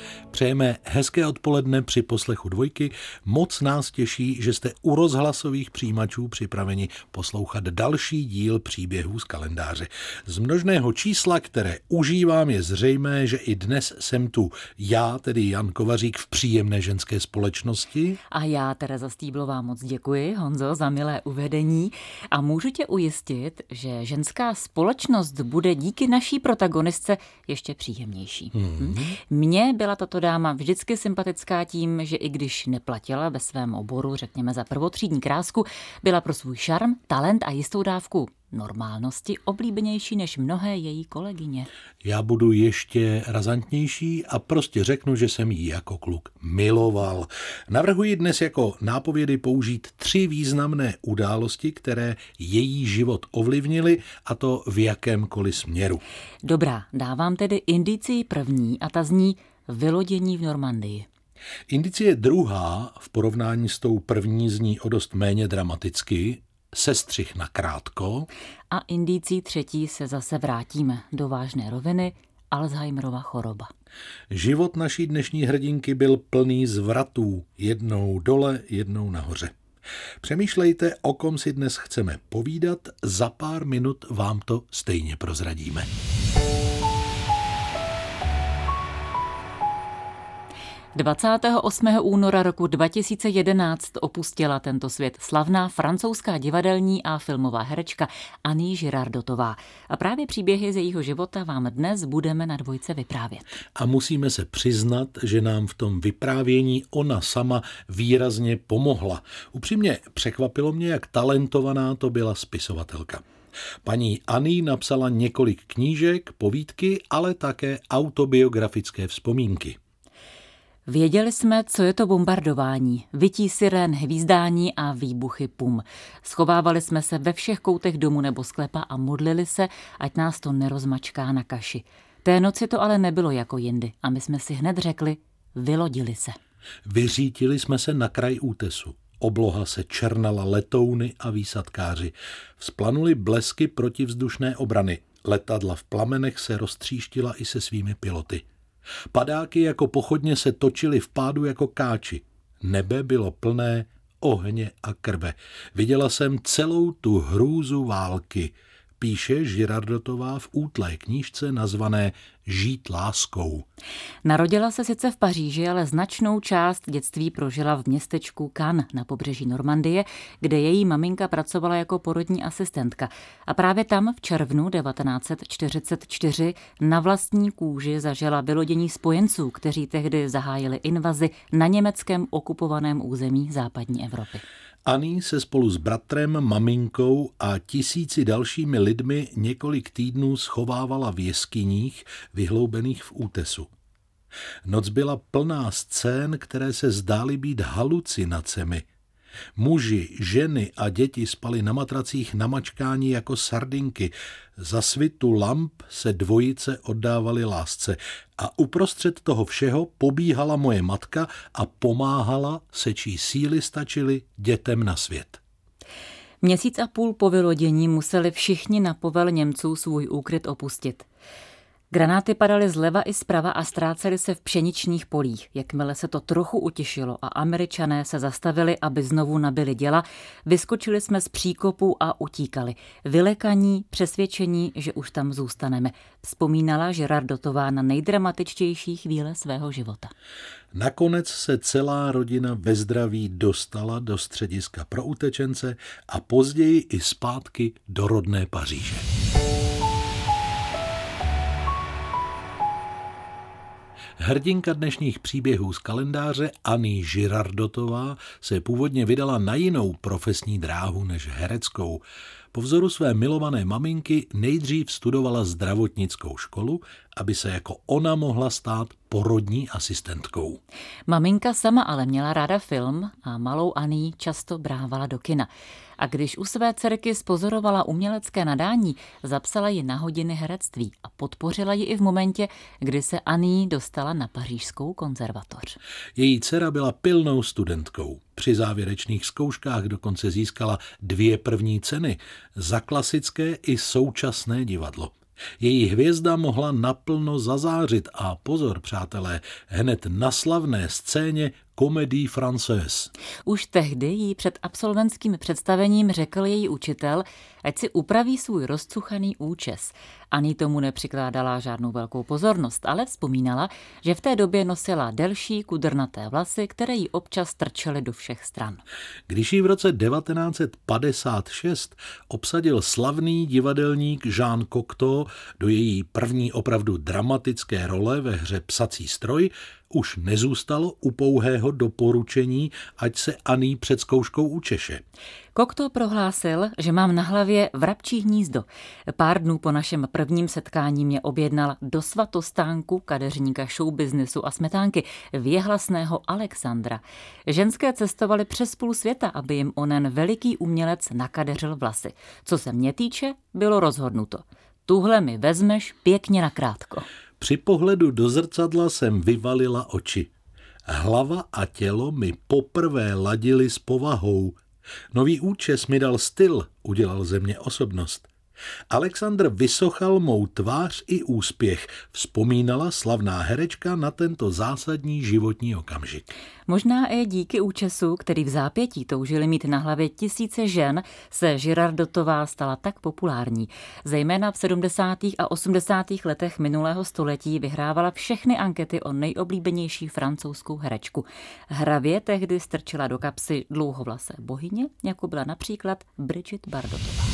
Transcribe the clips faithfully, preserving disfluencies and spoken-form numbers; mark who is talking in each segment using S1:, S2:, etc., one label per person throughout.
S1: Přejeme hezké odpoledne při poslechu Dvojky. Moc nás těší, že jste u rozhlasových přijímačů připraveni poslouchat další díl příběhů z kalendáře. Z množného čísla, které užívám, je zřejmé, že i dnes jsem tu já, tedy Jan Kovařík, v příjemné ženské společnosti.
S2: A já, Tereza Stýblová, moc děkuji, Honzo, za milé uvedení. A můžu tě ujistit, že ženská společnost bude díky naší protagonistce ještě příjemnější. Hmm. Mně byla tato dáma vždycky sympatická tím, že i když neplatila ve svém oboru, řekněme za prvotřídní krásku, byla pro svůj šarm, talent a jistou dávku normálnosti oblíbenější než mnohé její kolegyně.
S1: Já budu ještě razantnější a prostě řeknu, že jsem ji jako kluk miloval. Navrhuji dnes jako nápovědy použít tři významné události, které její život ovlivnily, a to v jakémkoliv směru.
S2: Dobrá, dávám tedy indicii první a ta zní vylodění v Normandii.
S1: Indicie druhá v porovnání s tou první zní o dost méně dramaticky, sestřih na krátko.
S2: A indicí třetí se zase vrátíme do vážné roviny, Alzheimerova choroba.
S1: Život naší dnešní hrdinky byl plný zvratů, jednou dole, jednou nahoře. Přemýšlejte, o kom si dnes chceme povídat, za pár minut vám to stejně prozradíme.
S2: dvacátého osmého února roku dva tisíce jedenáct opustila tento svět slavná francouzská divadelní a filmová herečka Annie Girardotová. A právě příběhy z jejího života vám dnes budeme na Dvojce vyprávět.
S1: A musíme se přiznat, že nám v tom vyprávění ona sama výrazně pomohla. Upřímně překvapilo mě, jak talentovaná to byla spisovatelka. Paní Annie napsala několik knížek, povídky, ale také autobiografické vzpomínky.
S2: Věděli jsme, co je to bombardování, vytí sirén, hvízdání a výbuchy pum. Schovávali jsme se ve všech koutech domu nebo sklepa a modlili se, ať nás to nerozmačká na kaši. Té noci to ale nebylo jako jindy a my jsme si hned řekli, vylodili se.
S1: Vyřítili jsme se na kraj útesu. Obloha se černala letouny a výsadkáři. Vzplanuli blesky protivzdušné obrany. Letadla v plamenech se roztříštila i se svými piloty. Padáky jako pochodně se točily v pádu jako káči. Nebe bylo plné ohně a krve. Viděla jsem celou tu hrůzu války, píše Girardotová v útlé knížce nazvané Žít láskou.
S2: Narodila se sice v Paříži, ale značnou část dětství prožila v městečku Cannes na pobřeží Normandie, kde její maminka pracovala jako porodní asistentka. A právě tam v červnu devatenáct set čtyřicet čtyři na vlastní kůži zažila vylodění spojenců, kteří tehdy zahájili invazi na německém okupovaném území západní Evropy.
S1: Annie se spolu s bratrem, maminkou a tisíci dalšími lidmi několik týdnů schovávala v jeskyních vyhloubených v útesu. Noc byla plná scén, které se zdály být halucinacemi. Muži, ženy a děti spali na matracích namačkáni jako sardinky. Za svitu lamp se dvojice oddávaly lásce a uprostřed toho všeho pobíhala moje matka a pomáhala, se čí síly stačily dětem na svět.
S2: Měsíc a půl po vylodění museli všichni na povel Němců svůj úkryt opustit. Granáty padaly zleva i zprava a ztrácely se v pšeničných polích. Jakmile se to trochu utišilo a Američané se zastavili, aby znovu nabili děla, vyskočili jsme z příkopu a utíkali. Vylekaní, přesvědčení, že už tam zůstaneme. Vzpomínala Girardotová na nejdramatičtější chvíle svého života.
S1: Nakonec se celá rodina ve zdraví dostala do střediska pro utečence a později i zpátky do rodné Paříže. Hrdinka dnešních příběhů z kalendáře Annie Girardotová se původně vydala na jinou profesní dráhu než hereckou. Po vzoru své milované maminky nejdřív studovala zdravotnickou školu, aby se jako ona mohla stát porodní asistentkou.
S2: Maminka sama ale měla ráda film a malou Annie často brávala do kina. A když u své dcerky spozorovala umělecké nadání, zapsala ji na hodiny herectví a podpořila ji i v momentě, kdy se Annie dostala na pařížskou konzervatoř.
S1: Její dcera byla pilnou studentkou. Při závěrečných zkouškách dokonce získala dvě první ceny za klasické i současné divadlo. Její hvězda mohla naplno zazářit a pozor, přátelé, hned na slavné scéně Comédie Française.
S2: Už tehdy jí před absolventským představením řekl její učitel, ať si upraví svůj rozcuchaný účes. Ani tomu nepřikládala žádnou velkou pozornost, ale vzpomínala, že v té době nosila delší kudrnaté vlasy, které jí občas trčely do všech stran.
S1: Když ji v roce devatenáct set padesát šest obsadil slavný divadelník Jean Cocteau do její první opravdu dramatické role ve hře Psací stroj, už nezůstalo u pouhého doporučení, ať se Annie před zkouškou učeše.
S2: Cocteau prohlásil, že mám na hlavě vrabčí hnízdo. Pár dnů po našem prvním setkání mě objednal do svatostánku kadeřníka showbiznesu a smetánky, věhlasného Alexandra. Ženské cestovaly přes půl světa, aby jim onen veliký umělec nakadeřil vlasy. Co se mě týče, bylo rozhodnuto. Tuhle mi vezmeš pěkně nakrátko.
S1: Při pohledu do zrcadla jsem vyvalila oči. Hlava a tělo mi poprvé ladily s povahou. Nový účes mi dal styl, udělal ze mě osobnost. Alexandr vysochal mou tvář i úspěch, vzpomínala slavná herečka na tento zásadní životní okamžik.
S2: Možná i díky účesu, který v zápětí toužili mít na hlavě tisíce žen, se Girardotová stala tak populární. Zejména v sedmdesátých a osmdesátých letech minulého století vyhrávala všechny ankety o nejoblíbenější francouzskou herečku. Hravě tehdy strčila do kapsy dlouhovlasé bohyně, jako byla například Brigitte Bardotová.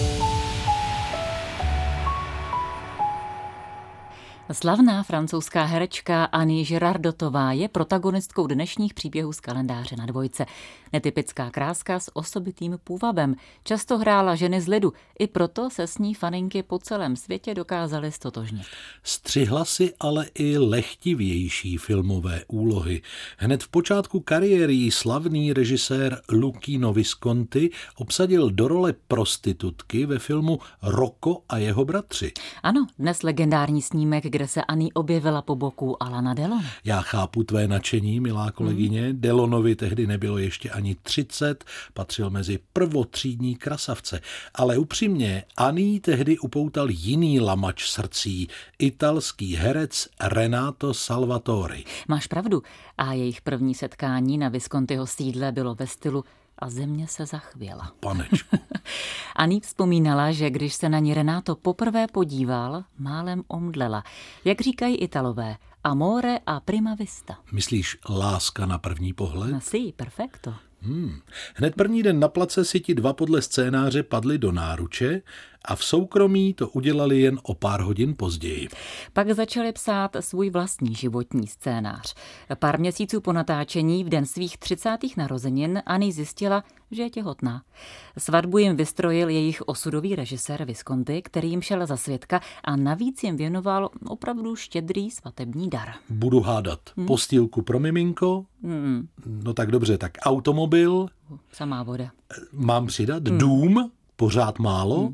S2: Slavná francouzská herečka Annie Girardotová je protagonistkou dnešních příběhů z kalendáře na dvojce. Netypická kráska s osobitým půvabem. Často hrála ženy z lidu, i proto se s ní faninky po celém světě dokázaly stotožnit.
S1: Střihla si ale i lehtivější filmové úlohy. Hned v počátku kariéry jí slavný režisér Luchino Visconti obsadil do role prostitutky ve filmu Rocco a jeho bratři.
S2: Ano, dnes legendární snímek, kde se Annie objevila po boku Alana Delona.
S1: Já chápu tvé nadšení, milá kolegyně. Hmm. Delonovi tehdy nebylo ještě ani třicet, patřil mezi prvotřídní krasavce. Ale upřímně, Annie tehdy upoutal jiný lamač srdcí, italský herec Renato Salvatori.
S2: Máš pravdu. A jejich první setkání na Viscontiho sídle bylo ve stylu a země se zachvěla.
S1: Panečku.
S2: Annie vzpomínala, že když se na ní Renato poprvé podíval, málem omdlela. Jak říkají Italové, amore a prima vista.
S1: Myslíš láska na první pohled?
S2: No sí, perfecto.
S1: Hmm. Hned první den na place si ti dva podle scénáře padli do náruče a v soukromí to udělali jen o pár hodin později.
S2: Pak začali psát svůj vlastní životní scénář. Pár měsíců po natáčení v den svých třicátých narozenin Annie zjistila, že je těhotná. Svatbu jim vystrojil jejich osudový režisér Visconti, který jim šel za svědka a navíc jim věnoval opravdu štědrý svatební dar.
S1: Budu hádat. Hmm. Postýlku pro miminko?
S2: Hmm.
S1: No tak dobře, tak automobil?
S2: Samá voda.
S1: Mám přidat? Hmm. Dům? Pořád málo? Hmm.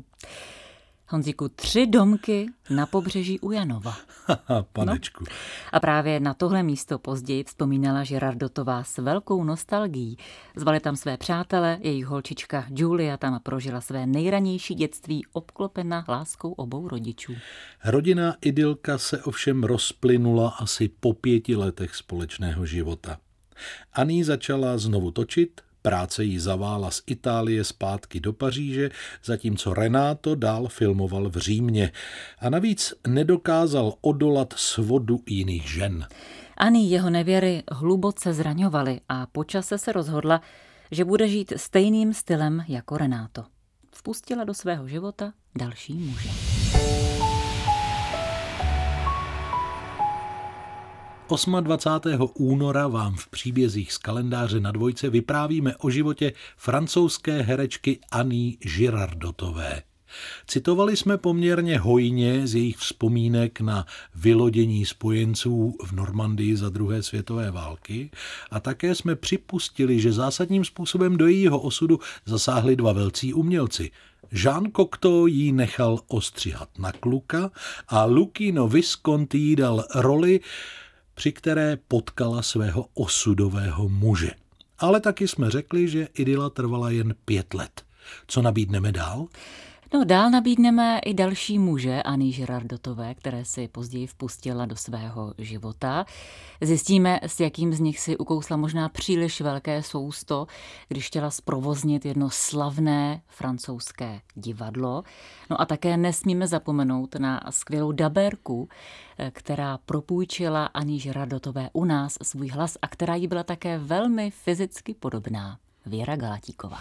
S2: Honzíku, tři domky na pobřeží u Janova.
S1: Panečku.
S2: No. A právě na tohle místo později vzpomínala Girardotová s velkou nostalgií. Zvali tam své přátele, jejich holčička Julia tam prožila své nejranější dětství obklopena láskou obou rodičů.
S1: Rodinná idylka se ovšem rozplynula asi po pěti letech společného života. Annie začala znovu točit, práce jí zavála z Itálie zpátky do Paříže, zatímco Renato dál filmoval v Římě. A navíc nedokázal odolat svodu jiných žen.
S2: Annie jeho nevěry hluboce zraňovaly a po čase se rozhodla, že bude žít stejným stylem jako Renato. Vpustila do svého života další muže.
S1: dvacátého osmého února vám v příbězích z kalendáře na dvojce vyprávíme o životě francouzské herečky Annie Girardotové. Citovali jsme poměrně hojně z jejich vzpomínek na vylodění spojenců v Normandii za druhé světové války a také jsme připustili, že zásadním způsobem do jejího osudu zasáhli dva velcí umělci. Jean Cocteau jí nechal ostříhat na kluka a Luchino Visconti jí dal roli, při které potkala svého osudového muže. Ale taky jsme řekli, že idyla trvala jen pět let. Co nabídneme dál?
S2: No, dál nabídneme i další muže Anny Girardotové, které si později vpustila do svého života. Zjistíme, s jakým z nich si ukousla možná příliš velké sousto, když chtěla zprovoznit jedno slavné francouzské divadlo. No a také nesmíme zapomenout na skvělou dabérku, která propůjčila Anny Girardotové u nás svůj hlas a která jí byla také velmi fyzicky podobná. Věra Galatíková.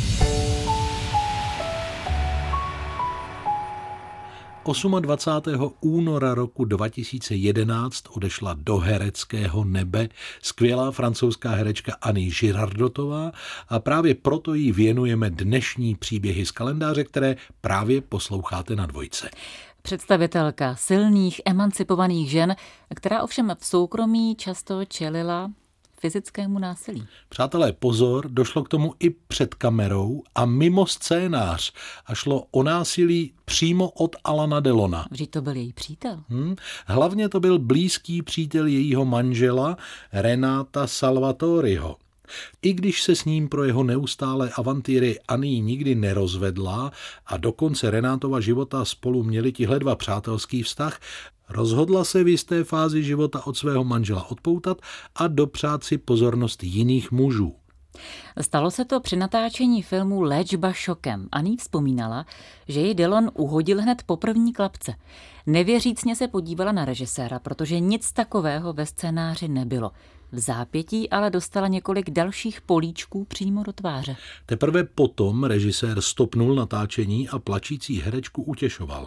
S1: dvacátého osmého února roku dva tisíce jedenáct odešla do hereckého nebe skvělá francouzská herečka Anny Girardotová a právě proto jí věnujeme dnešní příběhy z kalendáře, které právě posloucháte na Dvojce.
S2: Představitelka silných, emancipovaných žen, která ovšem v soukromí často čelila fyzickému násilí.
S1: Přátelé, pozor, došlo k tomu i před kamerou a mimo scénář a šlo o násilí přímo od Alana Delona.
S2: Vždyť to byl její přítel.
S1: Hmm. Hlavně to byl blízký přítel jejího manžela Renáta Salvatoriho. I když se s ním pro jeho neustálé avantýry Anny nikdy nerozvedla a do konce Renátova života spolu měli tihle dva přátelský vztah, rozhodla se v jisté fázi života od svého manžela odpoutat a dopřát si pozornost jiných mužů.
S2: Stalo se to při natáčení filmu Léčba šokem. Anny vzpomínala, že ji Delon uhodil hned po první klapce. Nevěřícně se podívala na režiséra, protože nic takového ve scénáři nebylo. V zápětí ale dostala několik dalších políčků přímo do tváře.
S1: Teprve potom režisér stopnul natáčení a plačící herečku utěšoval.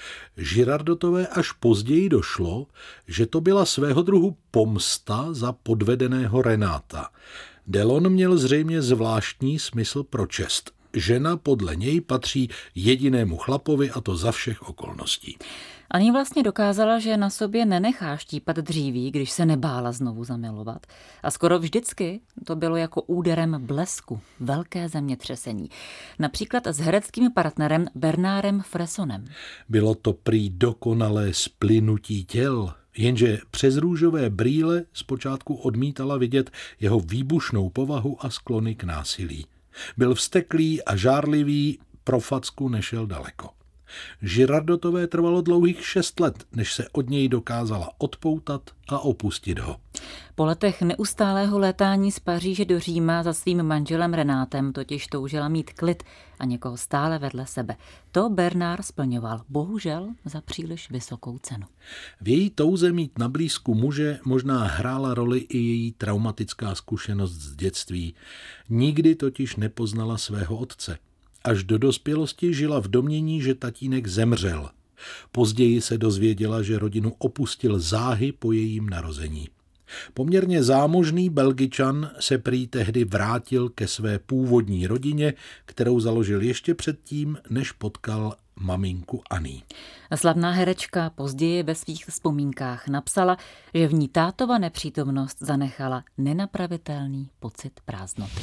S1: Girardotové až později došlo, že to byla svého druhu pomsta za podvedeného Renáta. Delon měl zřejmě zvláštní smysl pro čest. Žena podle něj patří jedinému chlapovi a to za všech okolností.
S2: Anny vlastně dokázala, že na sobě nenechá štípat dříví, když se nebála znovu zamilovat. A skoro vždycky to bylo jako úderem blesku, velké zemětřesení. Například s hereckým partnerem Bernardem Fressonem.
S1: Bylo to prý dokonalé splynutí těl, jenže přes růžové brýle zpočátku odmítala vidět jeho výbušnou povahu a sklony k násilí. Byl vzteklý a žárlivý, pro facku nešel daleko. Girardotové trvalo dlouhých šest let, než se od něj dokázala odpoutat a opustit ho.
S2: Po letech neustálého létání z Paříže do Říma za svým manželem Renátem totiž toužila mít klid a někoho stále vedle sebe. To Bernard splňoval, bohužel za příliš vysokou cenu.
S1: V její touze mít na blízku muže možná hrála roli i její traumatická zkušenost z dětství. Nikdy totiž nepoznala svého otce. Až do dospělosti žila v domnění, že tatínek zemřel. Později se dozvěděla, že rodinu opustil záhy po jejím narození. Poměrně zámožný Belgičan se prý tehdy vrátil ke své původní rodině, kterou založil ještě předtím, než potkal maminku Anny.
S2: Slavná herečka později ve svých vzpomínkách napsala, že v ní tátova nepřítomnost zanechala nenapravitelný pocit prázdnoty.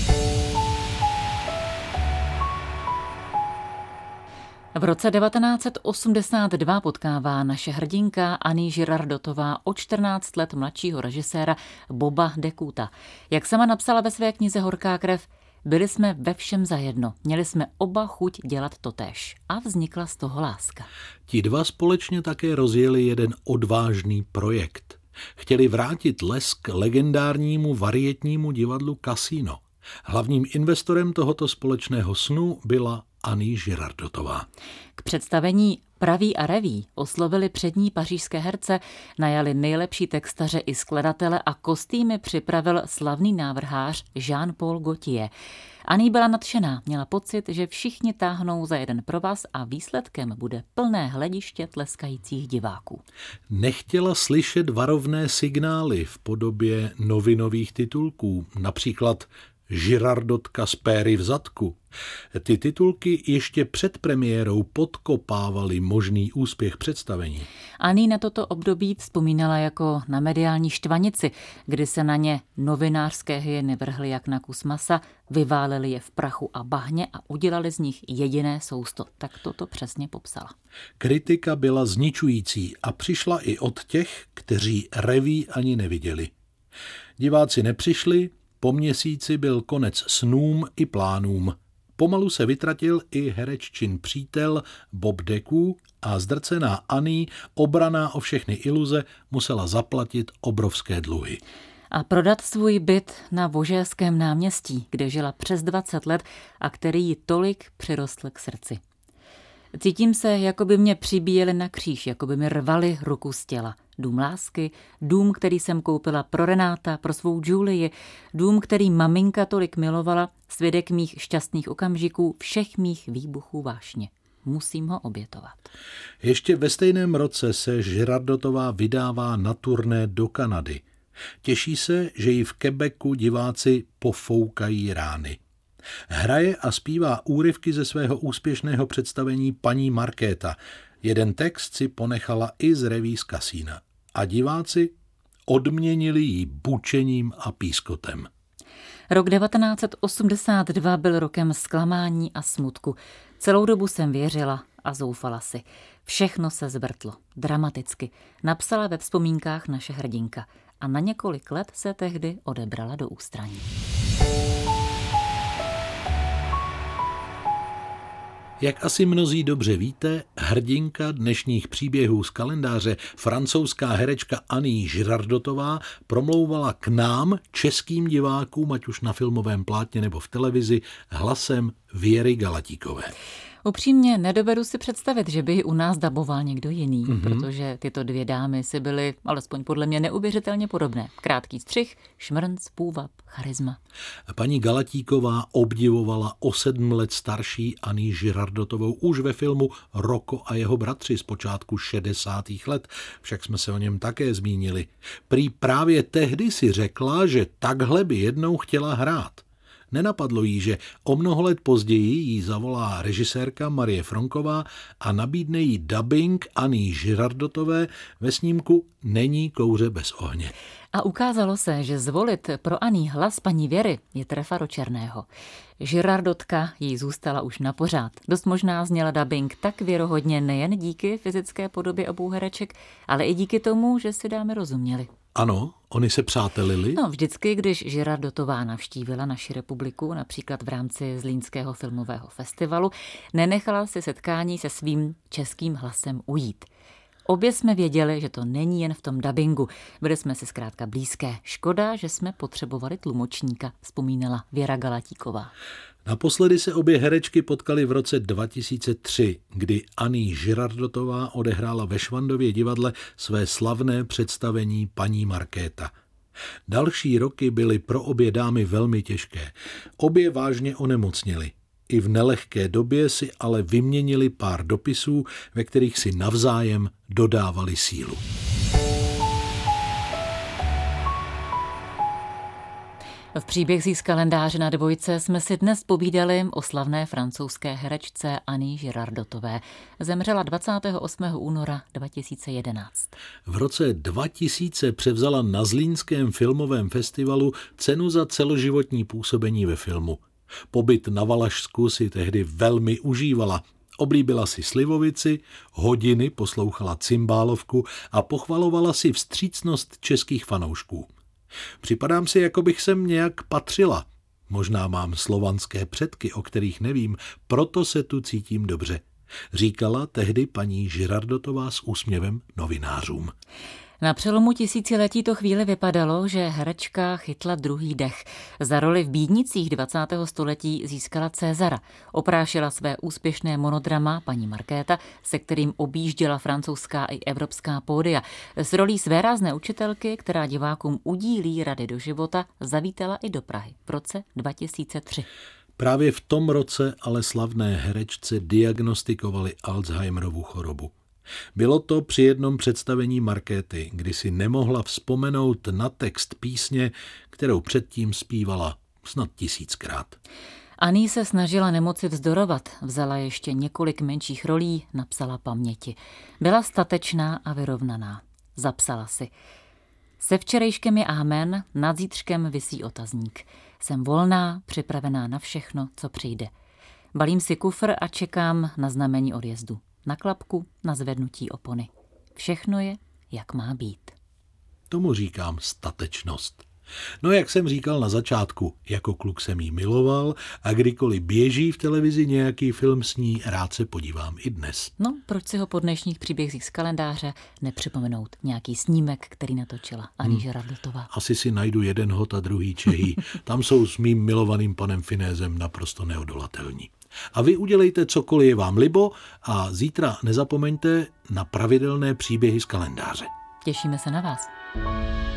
S2: V roce devatenáct set osmdesát dva potkává naše hrdinka Anny Girardotová o čtrnáct let mladšího režiséra Boba de Coota. Jak sama napsala ve své knize Horká krev, byli jsme ve všem zajedno, měli jsme oba chuť dělat totéž a vznikla z toho láska.
S1: Ti dva společně také rozjeli jeden odvážný projekt. Chtěli vrátit lesk legendárnímu varietnímu divadlu Casino. Hlavním investorem tohoto společného snu byla Anny Girardotová.
S2: K představení Praví a reví oslovili přední pařížské herce, najali nejlepší textaře i skladatele a kostýmy připravil slavný návrhář Jean-Paul Gaultier. Anny byla nadšená, měla pocit, že všichni táhnou za jeden provaz a výsledkem bude plné hlediště tleskajících diváků.
S1: Nechtěla slyšet varovné signály v podobě novinových titulků, například Girardotka z péry v zadku. Ty titulky ještě před premiérou podkopávaly možný úspěch představení.
S2: Anny na toto období vzpomínala jako na mediální štvanici, kdy se na ně novinářské hyeny vrhly jak na kus masa, vyváleli je v prachu a bahně a udělali z nich jediné sousto. Tak toto přesně popsala.
S1: Kritika byla zničující a přišla i od těch, kteří reví ani neviděli. Diváci nepřišli, po měsíci byl konec snům i plánům. Pomalu se vytratil i hereččin přítel Bob Deku a zdrcená Annie, obraná o všechny iluze, musela zaplatit obrovské dluhy.
S2: A prodat svůj byt na Vožéském náměstí, kde žila přes dvacet let a který ji tolik přirostl k srdci. Cítím se, jako by mě přibíjeli na kříž, jako by mi rvali ruku z těla. Dům lásky, dům, který jsem koupila pro Renáta, pro svou Julii, dům, který maminka tolik milovala, svědek mých šťastných okamžiků, všech mých výbuchů vášně. Musím ho obětovat.
S1: Ještě ve stejném roce se Girardotová vydává na turné do Kanady. Těší se, že ji v Quebecu diváci pofoukají rány. Hraje a zpívá úryvky ze svého úspěšného představení Paní Markéta. Jeden text si ponechala i z reví z kasína. A diváci odměnili ji bučením a pískotem.
S2: Rok devatenáct set osmdesát dva byl rokem zklamání a smutku. Celou dobu jsem věřila a zoufala si. Všechno se zvrtlo, dramaticky, napsala ve vzpomínkách naše hrdinka a na několik let se tehdy odebrala do ústraní.
S1: Jak asi mnozí dobře víte, hrdinka dnešních příběhů z kalendáře, francouzská herečka Annie Girardotová, promlouvala k nám, českým divákům, ať už na filmovém plátně nebo v televizi, hlasem Věry Galatíkové.
S2: Upřímně nedovedu si představit, že by ji u nás daboval někdo jiný,
S1: mm-hmm.
S2: protože tyto dvě dámy si byly, alespoň podle mě, neuvěřitelně podobné. Krátký střih, šmrnc, půvab, charisma.
S1: Paní Galatíková obdivovala o sedm let starší Annie Girardotovou už ve filmu Rocco a jeho bratři z počátku šedesátých let, však jsme se o něm také zmínili. Prý právě tehdy si řekla, že takhle by jednou chtěla hrát. Nenapadlo jí, že o mnoho let později jí zavolá režisérka Marie Fronková a nabídne jí dabing Annie Girardotové ve snímku Není kouře bez ohně.
S2: A ukázalo se, že zvolit pro Annie hlas paní Věry je trefa do černého. Girardotka jí zůstala už na pořád. Dost možná zněla dabing tak věrohodně nejen díky fyzické podobě obou hereček, ale i díky tomu, že si dámy rozuměli.
S1: Ano, oni se přátelili?
S2: No, vždycky, když Girardotová navštívila naši republiku, například v rámci Zlínského filmového festivalu, nenechala si setkání se svým českým hlasem ujít. Obě jsme věděli, že to není jen v tom dabingu. Byli jsme si zkrátka blízké. Škoda, že jsme potřebovali tlumočníka, vzpomínala Věra Galatíková.
S1: Naposledy se obě herečky potkali v roce dva tisíce tři, kdy Annie Girardotová odehrála ve Švandově divadle své slavné představení Paní Markéta. Další roky byly pro obě dámy velmi těžké. Obě vážně onemocněly. I v nelehké době si ale vyměnili pár dopisů, ve kterých si navzájem dodávali sílu.
S2: V příbězích z kalendáře na dvojce jsme si dnes povídali o slavné francouzské herečce Annie Girardotové. Zemřela dvacátého osmého února dva tisíce jedenáct.
S1: V roce dva tisíce převzala na Zlínském filmovém festivalu cenu za celoživotní působení ve filmu. Pobyt na Valašsku si tehdy velmi užívala. Oblíbila si slivovici, hodiny poslouchala cymbálovku a pochvalovala si vstřícnost českých fanoušků. Připadám si, jako bych sem nějak patřila. Možná mám slovanské předky, o kterých nevím, proto se tu cítím dobře. Říkala tehdy paní Girardotová s úsměvem novinářům.
S2: Na přelomu tisíciletí to chvíli vypadalo, že herečka chytla druhý dech. Za roli v bídnicích dvacátého století získala Césara. Oprášila své úspěšné monodrama Paní Markéta, se kterým objížděla francouzská i evropská pódia. S rolí svérázné učitelky, která divákům udílí rady do života, zavítala i do Prahy v roce dva tisíce tři.
S1: Právě v tom roce ale slavné herečce diagnostikovali Alzheimerovu chorobu. Bylo to při jednom představení Markéty, kdy si nemohla vzpomenout na text písně, kterou předtím zpívala snad tisíckrát.
S2: Annie se snažila nemoci vzdorovat, vzala ještě několik menších rolí, napsala paměti. Byla statečná a vyrovnaná. Zapsala si. Se včerejškem je amen, nad zítřkem visí otazník. Jsem volná, připravená na všechno, co přijde. Balím si kufr a čekám na znamení odjezdu. Na klapku, na zvednutí opony. Všechno je, jak má být.
S1: Tomu říkám statečnost. No jak jsem říkal na začátku, jako kluk jsem jí miloval a kdykoliv běží v televizi nějaký film s ní, rád se podívám i dnes.
S2: No, proč si ho po dnešních příbězích z kalendáře nepřipomenout nějaký snímek, který natočila Aníža Ravdotová?
S1: Asi si najdu jeden hot a druhý Čehý. Tam jsou s mým milovaným panem Finézem naprosto neodolatelní. A vy udělejte cokoliv je vám libo a zítra nezapomeňte na pravidelné příběhy z kalendáře.
S2: Těšíme se na vás.